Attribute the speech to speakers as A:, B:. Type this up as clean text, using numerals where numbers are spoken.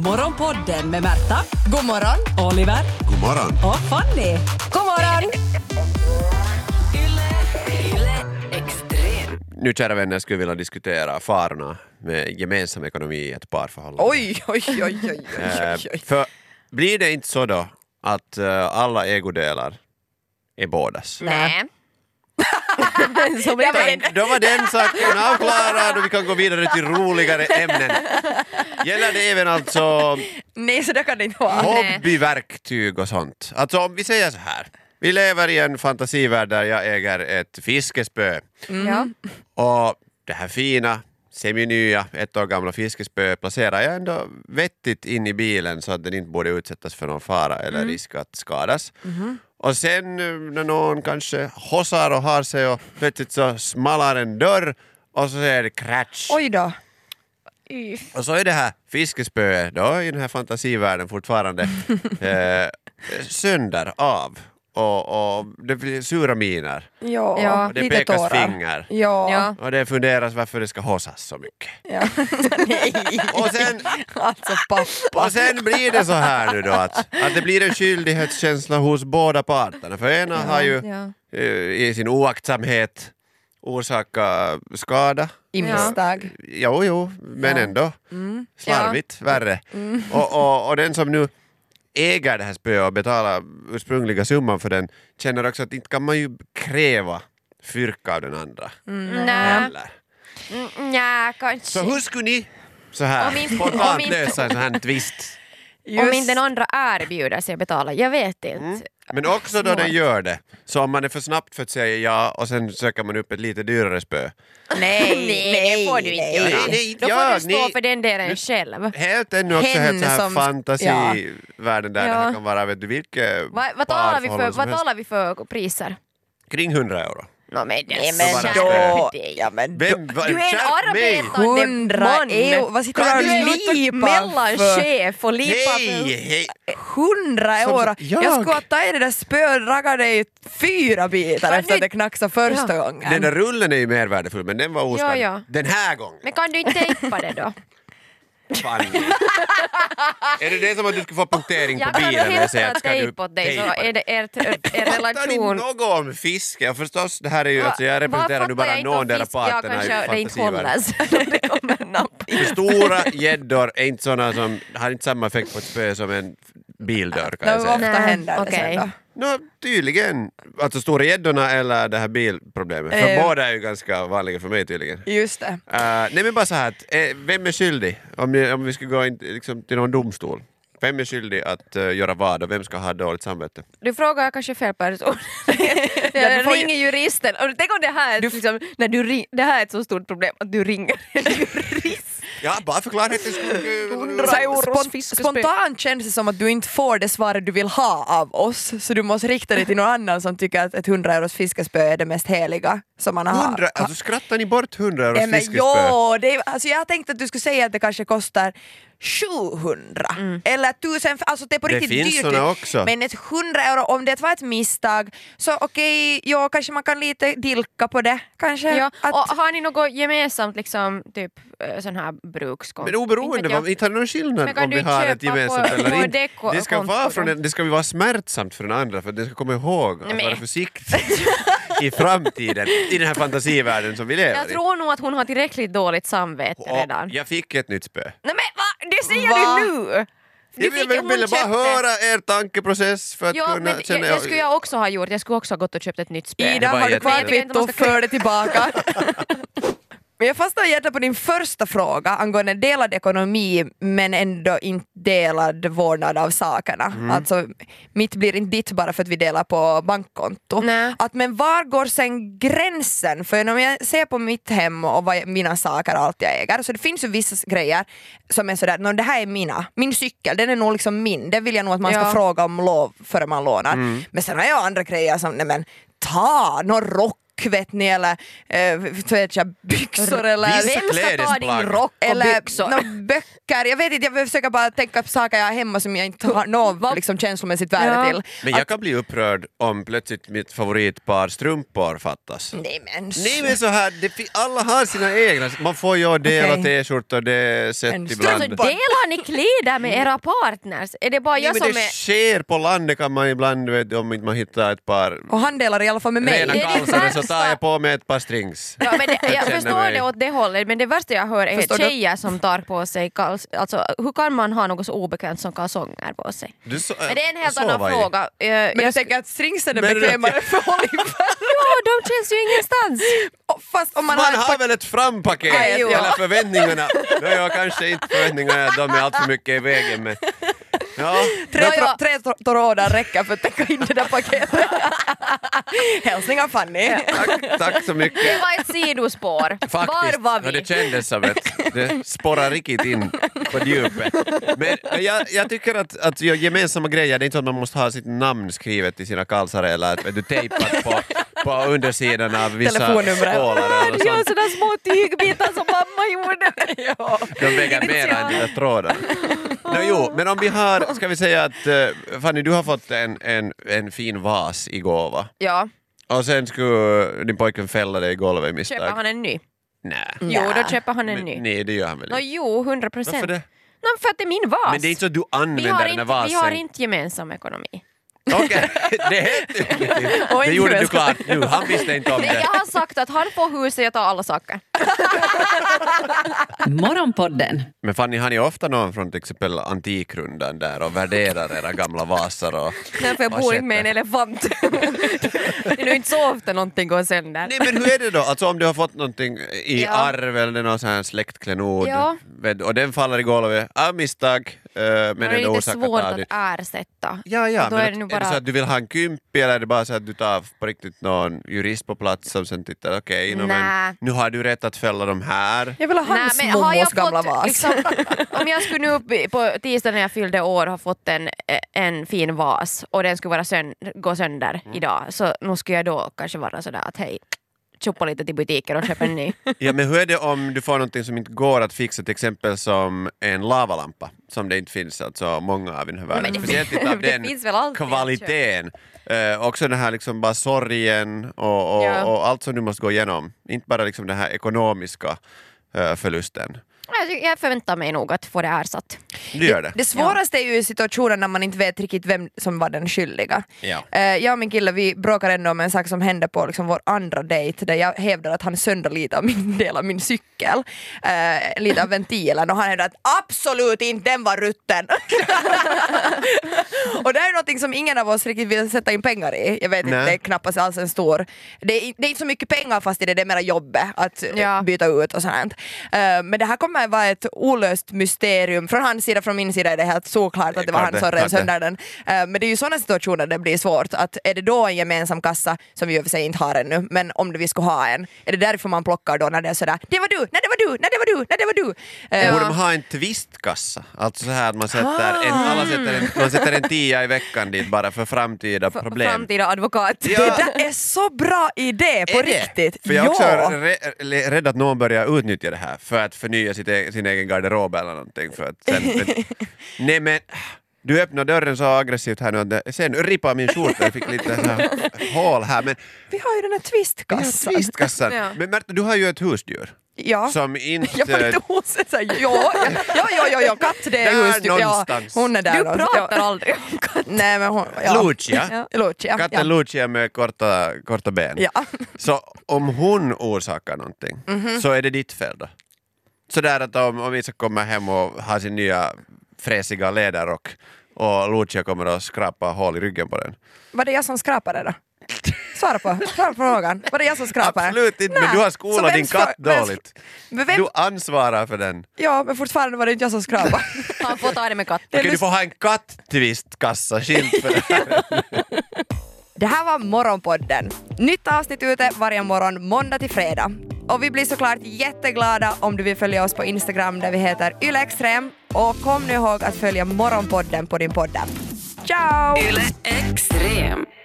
A: Morgonpodden med Märta.
B: God morgon.
A: Oliver.
C: God morgon.
A: Och Fanny.
B: God morgon.
C: Nu, kära vänner, skulle vi vilja diskutera farorna med gemensam ekonomi i ett parförhållande.
B: Oj.
C: För blir det inte så då att alla ägodelar är bådas?
B: Nej.
C: Då var den saken avklarad och vi kan gå vidare till roligare ämnen. Gäller det även alltså
B: Nej, så det kan det inte vara.
C: hobbyverktyg och sånt? Alltså om vi säger så här. Vi lever i en fantasivärld där jag äger ett fiskespö.
B: Ja.
C: Och det här fina, semi-nya, 1 år gamla fiskespö placerar jag ändå vettigt in i bilen så att den inte borde utsättas för någon fara eller risk att skadas. Och sen när någon kanske hossar och har sig och plötsligt så smallar en dörr och så är det crash.
B: Oj då.
C: Och så är det här fiskespöet då i den här fantasivärlden fortfarande sönder av. Och det blir sura miner.
B: Ja,
C: Och det
B: lite
C: pekas
B: tårar.
C: finger.
B: Ja.
C: Och det funderas varför det ska hossas så mycket.
B: Ja. Nej.
C: Och sen,
B: Alltså pappa.
C: och sen blir det så här nu då att det blir en skyldighetskänsla hos båda parterna. För ena har ju i sin oaktsamhet orsaka skada.
B: I misstag.
C: Jo, men ändå slarvigt värre. Och den som nu äger det här spöet och betalar ursprungliga summan för den känner också att inte kan man ju kräva fyrka av den andra.
D: Nej.
C: Eller?
D: Kanske.
C: Så hur skulle ni så här
D: Om inte-
C: spontant lösa en sån här twist?
D: Om inte den andra erbjuder sig att betala, jag vet inte.
C: Men också då den gör det. Så om man är för snabbt för att säga ja och sen söker man upp ett lite dyrare spö.
D: Nej, det får du inte göra.
C: Nej,
D: Då får
C: jag,
D: du stå för den delen själv.
C: Helt ännu också
B: Hen
C: helt så här
B: som-
C: fantasivärlden där det här kan vara, vet du, vilket
D: Vad talar vi
C: parförhållande som
D: vad
C: helst.
D: talar vi för priser?
C: Kring 100 euro.
D: No, men det
B: Nej,
D: är
B: men
C: bara
D: så
B: då...
D: dig.
B: Ja, men då...
C: Vem,
D: Du är en
C: skärp mig!
D: arbetande
B: 100
D: man.
B: euro. Vad sitter du
D: Du är
B: och lipar
D: mellanchef och lipar
C: Hej!
B: 100 euro.
C: Jag?
B: Jag skulle ha tagit det där spöet, raggat dig 4 bitar
D: Kan
B: efter att
D: du-
B: det knacksade första gången.
C: Den där rullen är ju mer värdefull, men den var oskadd.
D: Ja.
C: Den här gången.
D: Men kan du inte tejpa det då?
C: Fan. Är det som att du ska få punktering på
D: Jag kan
C: bilen när jag säger
D: hämta
C: att ska du
D: tejp åt dig så
C: tejpa
D: är det er
C: Fattar ni
D: relation...
C: något om fiske? Och förstås, det här är ju, alltså jag representerar nu bara någon där parterna i
D: det inte håller
C: fantasivärlden.
D: så det kommer en napp.
C: För stora gäddor är inte såna som har inte samma effekt på ett spö som en bildörr kan jag
B: Hur
C: säga.
B: ofta
D: Nej,
B: händer det
D: okej.
B: sen då?
C: No, tydligen. Alltså stora gäddorna eller det här bilproblemet. För båda är ju ganska vanliga för mig tydligen.
B: Just det.
C: Nej men bara så här, att, vem är skyldig? Om vi ska gå in liksom, till någon domstol. Vem är skyldig att göra vad och vem ska ha dåligt samvete?
D: Du frågar kanske fel person.
B: Ja,
D: Jag
B: du får
D: ringer juristen. Och tänk om det här är liksom, när det här är ett så stort problem att du ringer en jurist.
C: Ja, bara för klarhetens skull.
D: 100 euros fiskespö.
B: Spontant känns det som att du inte får det svaret du vill ha av oss, så du måste rikta dig till någon annan som tycker att ett 100 euros fiskespö är det mest heliga som man har.
C: 100, alltså skrattar ni bort 100 euros
B: Men
C: fiskespö?
B: jo, det är, alltså jag tänkte att du skulle säga att det kanske kostar 700 eller 1000, alltså det är på
C: Det
B: riktigt
C: finns
B: dyrt.
C: såna också.
B: Men ett 100 euro, om det var ett misstag så okej, ja, kanske man kan lite dilka på det kanske.
D: Ja.
B: Att,
D: Och har ni något gemensamt liksom, typ sån här brukskonto?
C: Men oberoende, inte har det någon skillnad
D: Men kan
C: om
D: du
C: vi
D: inte
C: har ett
D: köpa
C: gemensamt
D: på-
C: eller
D: på
C: inte.
D: det
C: Det ska, vara
D: kontot?
C: det ska vara smärtsamt för den andra för att den ska komma ihåg att
D: Nej, men-
C: vara försiktig i framtiden i den här fantasivärlden som vi lever
D: Jag
C: i.
D: tror nog att hon har tillräckligt dåligt samvete
C: Och
D: redan.
C: jag fick ett nytt spö.
D: Nej men va? Det säger
B: Va?
D: du nu!
C: Jag ville bara höra er tankeprocess för att
D: Ja,
C: kunna
D: men
C: känna...
D: det skulle jag också ha gjort. Jag skulle också ha gått och köpt ett nytt spö.
B: Ida,
C: var
B: har du
C: jättebra.
B: kvar
D: Jag tycker inte man
B: kvitto
D: ska-
B: för det tillbaka? Men jag fastnar gärna på din första fråga angående delad ekonomi men ändå inte delad vårdnad av sakerna. Alltså mitt blir inte ditt bara för att vi delar på bankkonto.
D: Nej.
B: Att, men var går sen gränsen? För om jag ser på mitt hem och vad mina saker och allt jag äger, så det finns ju vissa grejer som är sådär, det här är min cykel, den är nog liksom min, det vill jag nog att man ska
D: Ja.
B: fråga om lov före man lånar. Men sen har jag andra grejer som, nej men ta någon rock rock vet ni eller byxor eller
C: Vissa
D: Vem ska ta din
C: klädesplagg.
D: rock och
B: eller
D: byxor?
B: böcker. Jag vet inte, jag försöker bara tänka på saker jag har hemma som jag inte har något liksom, känslomässigt värde
D: Ja.
B: till.
C: Men jag kan bli upprörd om plötsligt mitt favoritpar strumpor fattas.
B: Nej
C: Men så här, alla har sina egna. Man får ju dela
B: Okej.
C: t-skjortor, det är sett
B: En
C: ibland.
B: strumpor.
D: Delar ni kläder med era partners? Är det bara
C: Nej,
D: jag
C: men
D: som
C: det
D: är...
C: sker på landet kan man ibland, vet, om inte man hittar ett par
B: Och han delar i alla fall med mig.
C: rena
D: Det är det
C: kalsare så
D: värsta.
C: tar jag på mig ett par strings.
D: Ja, men jag
C: känner
D: förstår
C: mig-
D: det åt det hållet, men det värsta jag hör är
B: Förstår du?
D: tjejer som tar på sig alltså hur kan man ha något så obekvämt som kalsonger på sig? Men det är en helt annan fråga.
B: Men du
D: Jag
B: tänker att stringsen är
C: Men-
B: bekvämare för Oliver?
D: Ja, de känns ju ingenstans.
B: Fast om man
C: Man
B: har
C: har väl ett frampaket,
B: Nej, jo.
C: eller förväntningarna. Jag kanske inte förväntningarna att de är allt för mycket i vägen, men ja.
B: tre trådar räcker för att täcka in det där paketet. Hälsningar Fanny.
C: Tack så mycket.
D: Det var ett sidospår. Var var vi?
C: Det kändes som det spårar riktigt in på djupet. Men jag tycker att gemensamma grejer, det är inte så att man måste ha sitt namn skrivet i sina kalsar eller att du tejpat på undersidan av vissa
B: Telefonnumret.
C: skålar eller
D: Jag har
C: sånt.
D: sådana små tygbitar som mamma gjorde.
C: De väger mer än de där trådarna. Jo, men om vi har, ska vi säga att Fanny, du har fått en fin vas i gåva.
D: Ja,
C: Och sen skulle din pojken fälla dig i golvet i misstag.
D: köper han en ny?
C: Nej.
D: Jo, då köper han en
C: Men,
D: ny.
C: nej, det gör han väl inte.
D: Jo, 100%.
C: Varför det?
D: För att det är min vas.
C: Men det är inte så att du
D: vi
C: använder
D: har
C: den här
D: inte,
C: vasen.
D: vi har inte gemensam ekonomi.
C: Okej, det är helt tydligt.
B: Och
C: Det
B: inte
C: gjorde du
B: gemenskap.
C: klart nu, han visste inte om
D: Nej,
C: det.
D: jag har sagt att han får huset, jag tar alla saker.
A: Morgonpodden.
C: Men Fanny, har ni ofta någon från till exempel Antikrundan där och värderar era gamla vasar? Och
D: Därför jag bor inte med en elefant. Det är nog inte så ofta någonting går sönder.
C: Nej, men hur är det då? Alltså om du har fått någonting i
D: Ja.
C: arv eller någon sån här släktklenod
D: Ja.
C: och den faller i golvet av misstag men
D: det är
C: ändå
D: lite
C: orsakat
D: svårt
C: av det.
D: att ersätta.
C: Ja,
D: Och då
C: men
D: är det nog
C: är det så
D: bara...
C: att du vill ha en kympi eller är det bara så att du tar på riktigt någon jurist på plats som sen tittar, okej,
D: Nä.
C: men nu har du rätt att fälla de här.
B: Jag vill ha hans
D: Nej, men har jag
B: mommos gamla
D: fått,
B: vas.
D: liksom, om jag skulle nu på tisdag när jag fyllde år ha fått en fin vas och den skulle vara gå sönder idag, så nu skulle jag då kanske vara sådär att hej, choppa lite till butiken och köpa en ny.
C: Ja, men hur är det om du får någonting som inte går att fixa, till exempel som en lavalampa som det inte finns alltså många av i den här världen,
D: men det-
C: speciellt inte av
D: det
C: den
D: finns väl alltid att
C: kvaliteten. Också den här liksom bara sorgen och,
D: Ja.
C: och allt som du måste gå igenom, inte bara liksom den här ekonomiska förlusten.
D: Jag förväntar mig nog att få det ersatt.
C: Du gör det?
B: Det svåraste är ju i situationen när man inte vet riktigt vem som var den skyldiga.
C: Ja.
B: Jag och min kille, vi bråkar ändå om en sak som hände på liksom vår andra dejt där jag hävdar att han sönder lite av min del av min cykel. Lite av ventilen och han hävdar att absolut inte, den var rutten. Och det är någonting som ingen av oss riktigt vill sätta in pengar i. Jag vet inte,
C: Nej.
B: det är knappast alls en stor... Det är inte så mycket pengar fast i det är mera jobbet att
D: Ja.
B: byta ut och sånt. Men det här kommer vara ett olöst mysterium. Från hans sida, från min sida är det helt såklart att det var han som rev sönder den. Men det är ju sådana situationer där det blir svårt. Att är det då en gemensam kassa, som vi i och för sig inte har ännu, men om det vi ska ha en, är det därför man plockar då när det är sådär, det var du, nej det var du, nej det var du, nej det var du.
C: Borde man ha en twistkassa? Alltså så här att man sätter en 10 i veckan dit bara för framtida problem.
D: Framtida advokat.
C: Ja.
B: Det där är så bra idé, på
C: Är det?
B: riktigt.
C: För jag är också
B: Ja.
C: rädd att någon börjar utnyttja det här för att förnya sin egen garderob eller någonting. För att sen, nej men, du öppnar dörren så aggressivt här nu att sen rippar min skjorta, jag fick lite så här hål här. Men
B: Vi har ju den här twistkassan.
C: twistkassan.
D: Ja.
C: Men Märta, du har ju ett husdjur.
B: Ja.
C: Som inte...
B: Jag var inte huset såhär, ja, katt det är
C: Där
B: husdjur. Ja,
C: någonstans.
B: hon är där
D: Du
B: någonstans.
D: pratar
B: Ja.
D: aldrig om katt.
B: Nej men hon, ja.
C: Lucia.
B: Lucia.
C: Katten
B: Ja.
C: Lucia med korta ben.
B: Ja.
C: Så om hon orsakar någonting så är det ditt fel då? Så där att om Isak kommer hem och har sin nya fräsiga läderrock och Lucia kommer att skrapa hål i ryggen på den.
B: Var det jag som skrapade då? Svara på frågan. Var det jag som skrapade?
C: Absolut inte, men
B: Nej.
C: du har
B: Så
C: skolat din
B: vems
C: katt
B: för- vems-
C: dåligt.
B: Men vem,
C: Du ansvarar för den.
B: ja, men fortfarande var det inte jag som skrapade.
D: Han får ta det med katten.
C: Okej, du får ha en katt-twistkassa skilt för det här.
B: Det här var Morgonpodden. Nytt avsnitt ute varje morgon, måndag till fredag. Och vi blir såklart jätteglada om du vill följa oss på Instagram där vi heter ylextrem. Och kom nu ihåg att följa Morgonpodden på din podd. Ciao!
A: Yle Extrem.